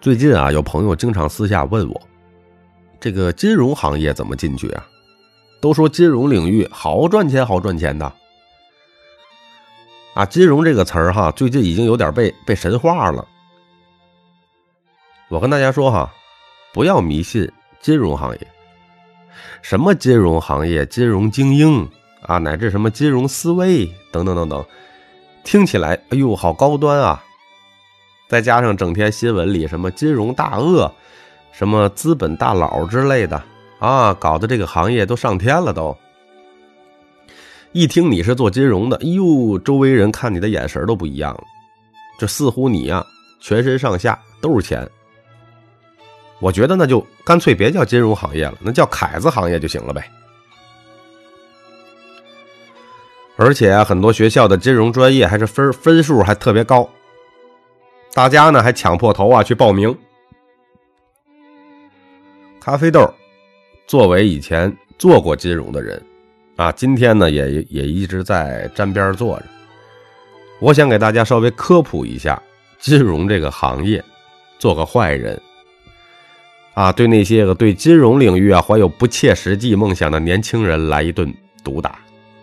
最近啊，有朋友经常私下问我，这个金融行业怎么进去啊？都说金融领域好赚钱好赚钱的。啊，金融这个词儿哈，最近已经有点被神化了。我跟大家说哈，不要迷信金融行业。什么金融行业、金融精英啊，乃至什么金融思维等等等等，听起来哎呦好高端啊。再加上整天新闻里什么金融大鳄、什么资本大佬之类的啊，搞得这个行业都上天了都。一听你是做金融的，哎呦，周围人看你的眼神都不一样了，这似乎你啊全身上下都是钱。我觉得那就干脆别叫金融行业了，那叫凯子行业就行了呗。而且啊，很多学校的金融专业还是分数还特别高，大家呢还抢破头啊去报名。咖啡豆作为以前做过金融的人啊，今天呢也一直在沾边坐着。我想给大家稍微科普一下金融这个行业，做个坏人啊，对那些个对金融领域啊怀有不切实际梦想的年轻人来一顿毒打。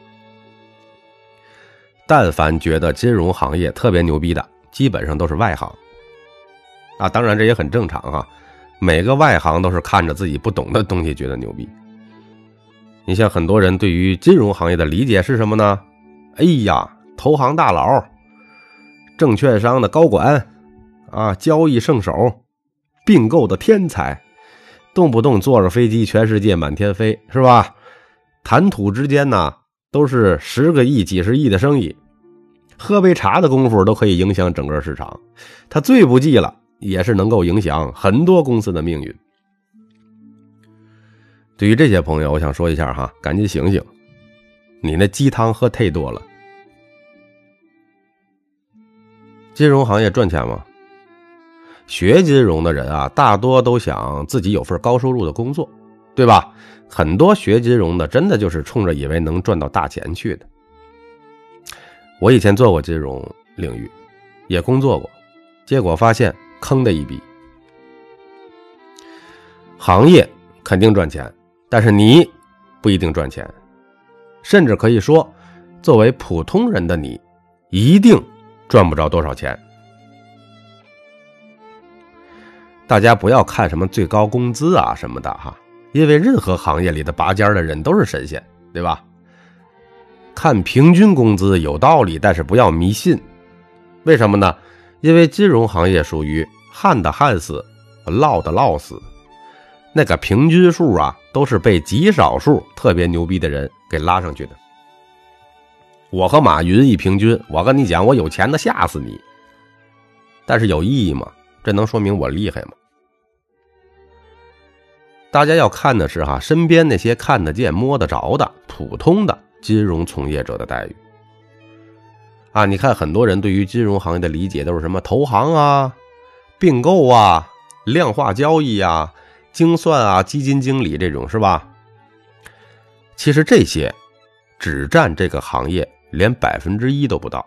但凡觉得金融行业特别牛逼的，基本上都是外行啊，当然这也很正常啊，每个外行都是看着自己不懂的东西觉得牛逼。你像很多人对于金融行业的理解是什么呢？哎呀，投行大佬、证券商的高管啊，交易圣手、并购的天才，动不动坐着飞机全世界满天飞，是吧？谈吐之间呢都是10个亿、几十亿的生意，喝杯茶的功夫都可以影响整个市场，他最不济了也是能够影响很多公司的命运。对于这些朋友我想说一下哈，赶紧醒醒，你那鸡汤喝太多了。金融行业赚钱吗？学金融的人啊，大多都想自己有份高收入的工作，对吧？很多学金融的真的就是冲着以为能赚到大钱去的。我以前做过金融领域，也工作过，结果发现坑的一笔。行业肯定赚钱，但是你不一定赚钱，甚至可以说作为普通人的你一定赚不着多少钱。大家不要看什么最高工资啊什么的哈，因为任何行业里的拔尖的人都是神仙，对吧？看平均工资有道理，但是不要迷信。为什么呢？因为金融行业属于旱的旱死，涝的涝死，那个平均数啊都是被极少数特别牛逼的人给拉上去的。我和马云一平均，我跟你讲，我有钱的吓死你，但是有意义吗？这能说明我厉害吗？大家要看的是哈，身边那些看得见摸得着的普通的金融从业者的待遇啊。你看很多人对于金融行业的理解都是什么投行啊、并购啊、量化交易啊、精算啊、基金经理这种，是吧？其实这些只占这个行业连1%都不到。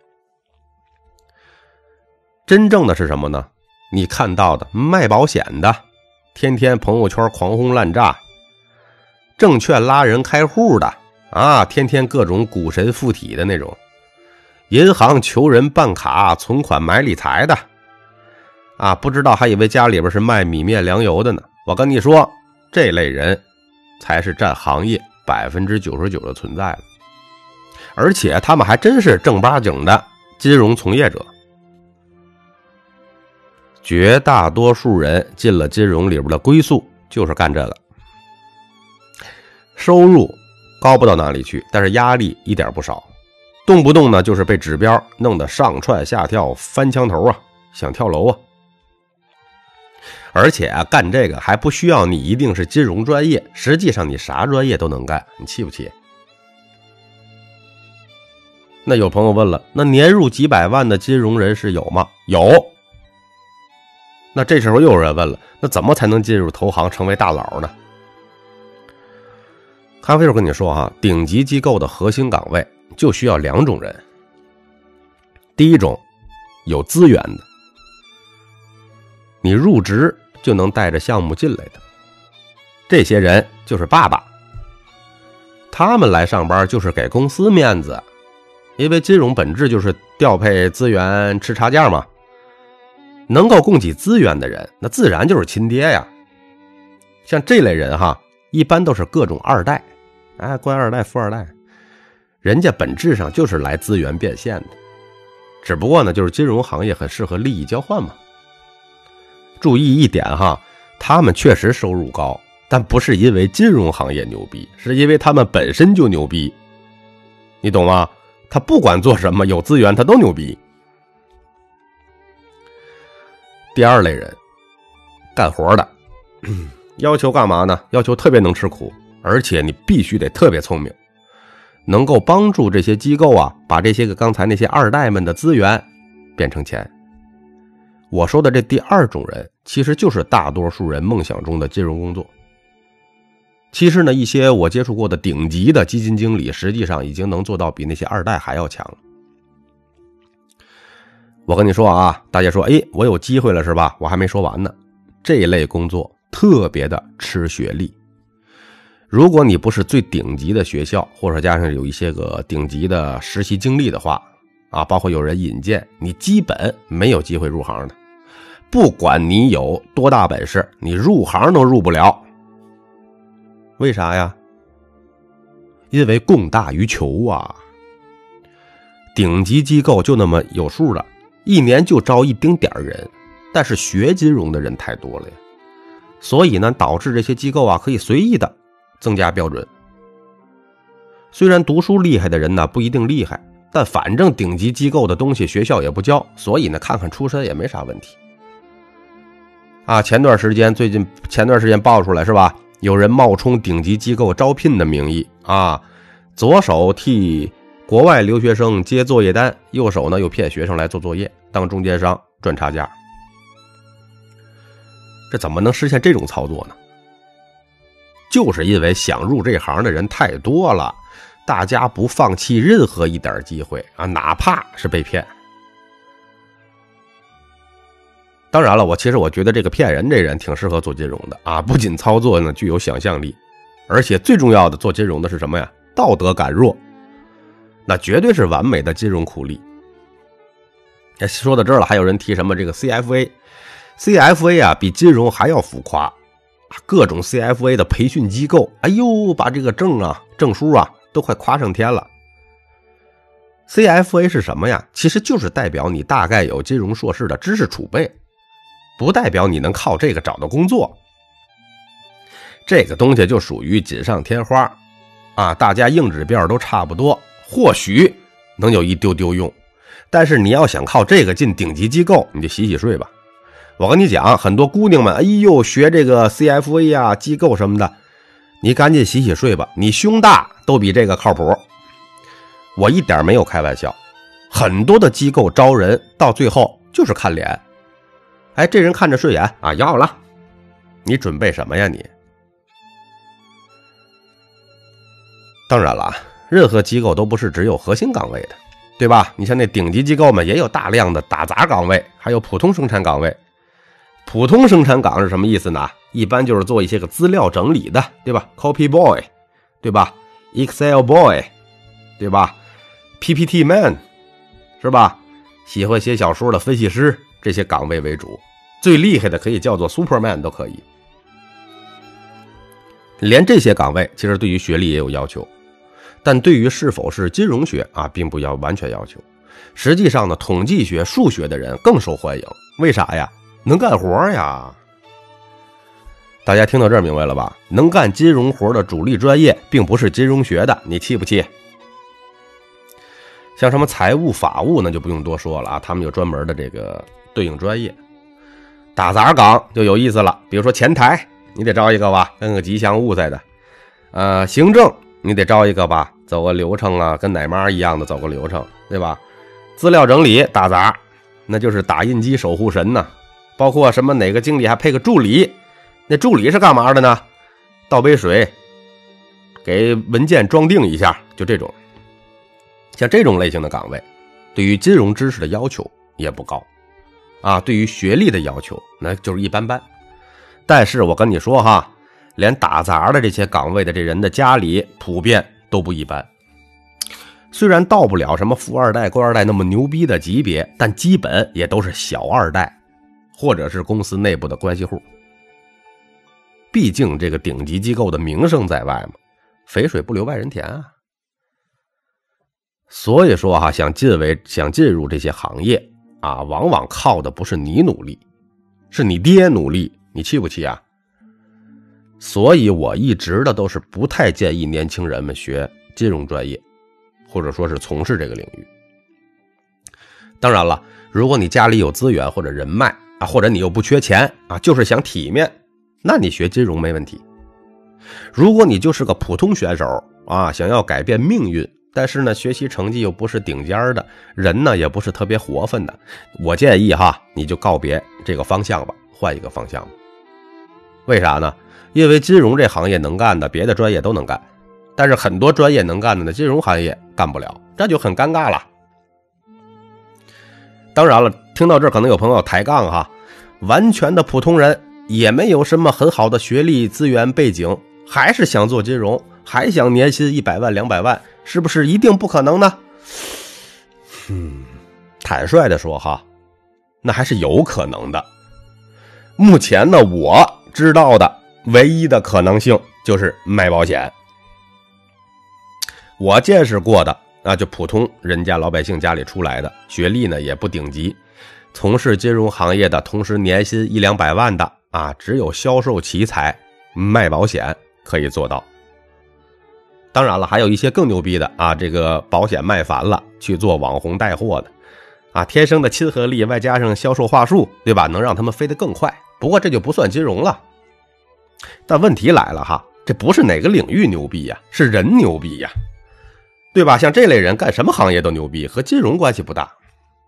真正的是什么呢？你看到的卖保险的，天天朋友圈狂轰滥炸，证券拉人开户的啊，天天各种股神附体的那种，银行求人办卡存款买理财的啊，不知道还以为家里边是卖米面粮油的呢。我跟你说，这类人才是占行业99%的存在了，而且他们还真是正八经的金融从业者。绝大多数人进了金融里边的归宿就是干这个，收入高不到哪里去，但是压力一点不少，动不动呢就是被指标弄得上窜下跳翻墙头啊，想跳楼啊。而且啊，干这个还不需要你一定是金融专业，实际上你啥专业都能干，你气不气？那有朋友问了，那年入几百万的金融人士有吗？有。那这时候又有人问了，那怎么才能进入投行成为大佬呢？咖啡豆跟你说哈，顶级机构的核心岗位就需要2种人。第一种，有资源的， 你入职就能带着项目进来的。这些人就是爸爸，他们来上班就是给公司面子，因为金融本质就是调配资源吃差价嘛。能够供给资源的人，那自然就是亲爹呀。像这类人哈，一般都是各种二代，官二代、富二代，人家本质上就是来资源变现的，只不过呢，就是金融行业很适合利益交换嘛。注意一点哈，他们确实收入高，但不是因为金融行业牛逼，是因为他们本身就牛逼，你懂吗？他不管做什么，有资源他都牛逼。第二类人，干活的，要求干嘛呢？要求特别能吃苦，而且你必须得特别聪明，能够帮助这些机构啊，把这些个刚才那些二代们的资源变成钱。我说的这第二种人，其实就是大多数人梦想中的金融工作。其实呢，一些我接触过的顶级的基金经理，实际上已经能做到比那些二代还要强了。我跟你说啊，大家说，我有机会了是吧？我还没说完呢。这一类工作特别的吃学历。如果你不是最顶级的学校，或者加上有一些个顶级的实习经历的话，包括有人引荐，你基本没有机会入行的。不管你有多大本事，你入行都入不了。为啥呀？因为供大于求啊。顶级机构就那么有数的，一年就招一丁点人，但是学金融的人太多了呀，所以呢，导致这些机构啊可以随意的增加标准。虽然读书厉害的人呢不一定厉害，但反正顶级机构的东西学校也不教，所以呢看看出身也没啥问题。前段时间爆出来是吧？有人冒充顶级机构招聘的名义左手替国外留学生接作业单，右手呢又骗学生来做作业，当中间商赚差价。这怎么能实现这种操作呢？就是因为想入这行的人太多了，大家不放弃任何一点机会哪怕是被骗。当然了，其实我觉得这个骗人这人挺适合做金融的不仅操作呢具有想象力，而且最重要的做金融的是什么呀？道德感弱，那绝对是完美的金融苦力。说到这儿了，还有人提什么这个 CFA 比金融还要浮夸，各种 CFA 的培训机构，把这个证书都快夸上天了。CFA 是什么呀？其实就是代表你大概有金融硕士的知识储备，不代表你能靠这个找到工作。这个东西就属于锦上添花大家硬指标都差不多，或许能有一丢丢用，但是你要想靠这个进顶级机构，你就洗洗睡吧。我跟你讲，很多姑娘们学这个 CFA 机构什么的，你赶紧洗洗睡吧，你胸大都比这个靠谱。我一点没有开玩笑，很多的机构招人到最后就是看脸，这人看着顺眼要了，你准备什么呀你？当然了，任何机构都不是只有核心岗位的，对吧？你像那顶级机构们也有大量的打杂岗位，还有普通生产岗位。普通生产岗是什么意思呢？一般就是做一些个资料整理的，对吧？ Copy boy， 对吧？ Excel boy， 对吧？ PPT man， 是吧？喜欢写小说的分析师，这些岗位为主。最厉害的可以叫做 Superman 都可以。连这些岗位其实对于学历也有要求，但对于是否是金融学并不要完全要求。实际上呢，统计学、数学的人更受欢迎。为啥呀？能干活呀。大家听到这儿明白了吧？能干金融活的主力专业并不是金融学的，你气不气？像什么财务、法务呢就不用多说了他们有专门的这个对应专业。打杂岗就有意思了，比如说前台你得招一个吧，跟个吉祥物似的。行政你得招一个吧，走个流程跟奶妈一样的走个流程，对吧？资料整理打杂，那就是打印机守护神呢。包括什么哪个经理还配个助理，那助理是干嘛的呢？倒杯水，给文件装订一下，就这种。像这种类型的岗位，对于金融知识的要求也不高啊，对于学历的要求那就是一般般。但是我跟你说哈，连打杂的这些岗位的这人的家里普遍都不一般。虽然到不了什么富二代官二代那么牛逼的级别，但基本也都是小二代或者是公司内部的关系户。毕竟这个顶级机构的名声在外嘛，肥水不流外人田啊。所以说哈，想进入这些行业啊，往往靠的不是你努力，是你爹努力，你气不气啊？所以我一直的都是不太建议年轻人们学金融专业，或者说是从事这个领域。当然了，如果你家里有资源或者人脉啊，或者你又不缺钱啊，就是想体面，那你学金融没问题。如果你就是个普通选手啊，想要改变命运，但是呢学习成绩又不是顶尖的，人呢也不是特别活泛的，我建议哈，你就告别这个方向吧，换一个方向吧。为啥呢？因为金融这行业能干的别的专业都能干，但是很多专业能干的呢，金融行业干不了，这就很尴尬了。当然了，听到这儿可能有朋友抬杠哈，完全的普通人也没有什么很好的学历资源背景，还是想做金融，还想年薪100万200万，是不是一定不可能呢？坦率的说哈，那还是有可能的。目前呢，我知道的唯一的可能性就是卖保险。我见识过的啊，就普通人家老百姓家里出来的，学历呢也不顶级，从事金融行业的，同时年薪100-200万的啊，只有销售奇才卖保险可以做到。当然了，还有一些更牛逼的啊，这个保险卖烦了去做网红带货的啊，天生的亲和力外加上销售话术，对吧，能让他们飞得更快。不过这就不算金融了。但问题来了哈，这不是哪个领域牛逼呀，是人牛逼呀，对吧？像这类人干什么行业都牛逼，和金融关系不大。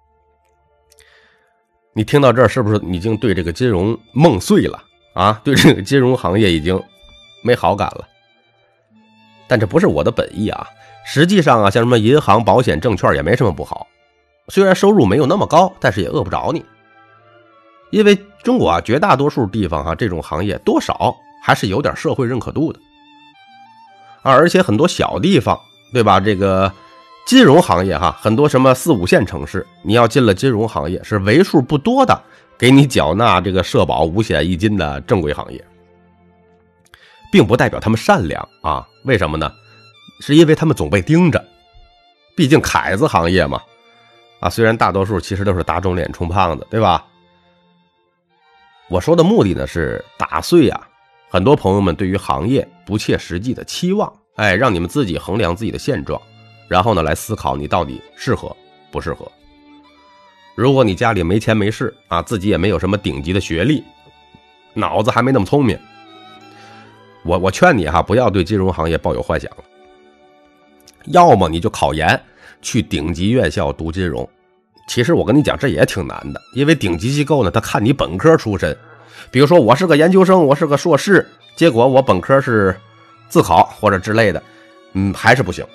你听到这儿是不是已经对这个金融梦碎了啊？对这个金融行业已经没好感了？但这不是我的本意啊。实际上啊，像什么银行、保险、证券也没什么不好，虽然收入没有那么高，但是也饿不着你。因为中国啊，绝大多数地方这种行业多少还是有点社会认可度的而且很多小地方，对吧？这个金融行业很多什么4、5线城市，你要进了金融行业，是为数不多的给你缴纳这个社保5险1金的正规行业，并不代表他们善良啊。为什么呢？是因为他们总被盯着，毕竟凯子行业嘛啊，虽然大多数其实都是打肿脸充胖子，对吧？我说的目的呢，是打碎很多朋友们对于行业不切实际的期望，让你们自己衡量自己的现状，然后呢来思考你到底适合不适合。如果你家里没钱没势啊，自己也没有什么顶级的学历，脑子还没那么聪明，我劝你不要对金融行业抱有幻想了。要么你就考研去顶级院校读金融，其实我跟你讲这也挺难的，因为顶级机构呢，他看你本科出身。比如说我是个研究生，我是个硕士，结果我本科是自考或者之类的，还是不行。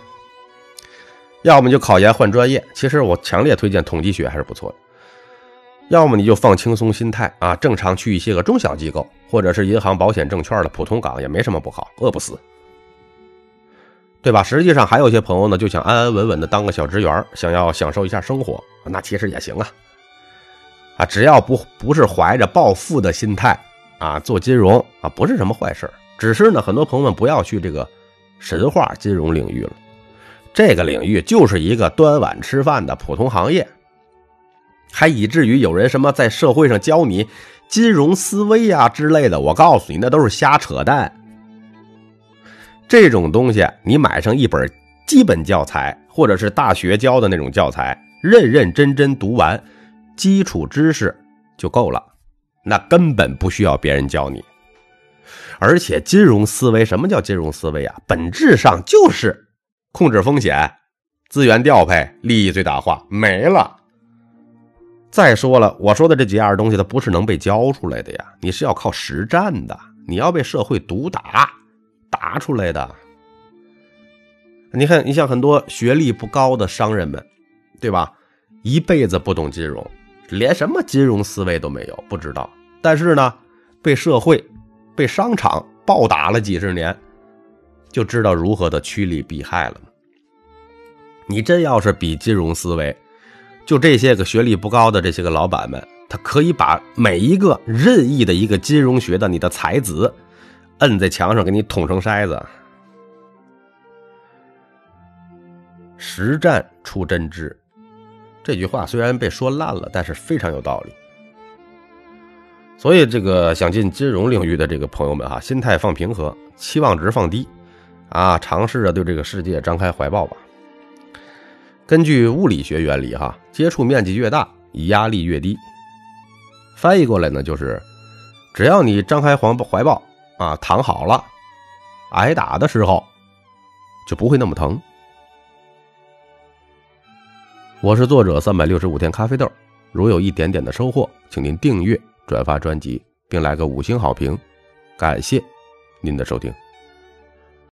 要么就考研换专业，其实我强烈推荐统计学还是不错的。要么你就放轻松心态啊，正常去一些个中小机构，或者是银行、保险、证券的普通岗，也没什么不好，饿不死，对吧？实际上还有一些朋友呢，就想安安稳稳的当个小职员，想要享受一下生活，那其实也行啊，只要不是怀着暴富的心态啊，做金融啊，不是什么坏事。只是呢，很多朋友们不要去这个神话金融领域了，这个领域就是一个端碗吃饭的普通行业，还以至于有人什么在社会上教你金融思维之类的，我告诉你，那都是瞎扯淡。这种东西你买上一本基本教材，或者是大学教的那种教材，认认真真读完，基础知识就够了，那根本不需要别人教你。而且金融思维，什么叫金融思维本质上就是控制风险、资源调配、利益最大化，没了。再说了，我说的这几样东西它不是能被教出来的呀，你是要靠实战的，你要被社会毒打出来的。你看，你像很多学历不高的商人们，对吧？一辈子不懂金融， 连什么金融思维都没有，不知道。但是呢，被社会、被商场暴打了几十年，就知道如何的趋利避害了。你真要是比金融思维，就这些个学历不高的这些个老板们，他可以把每一个任意的一个金融学的你的才子摁在墙上给你捅成筛子。实战出真知，这句话虽然被说烂了，但是非常有道理。所以这个想进金融领域的这个朋友们哈，心态放平和，期望值放低啊，尝试着对这个世界张开怀抱吧。根据物理学原理哈，接触面积越大，压力越低。翻译过来呢，就是只要你张开怀抱啊，躺好了，挨打的时候就不会那么疼。我是作者365天咖啡豆，如有一点点的收获，请您订阅、转发专辑，并来个5星好评，感谢您的收听。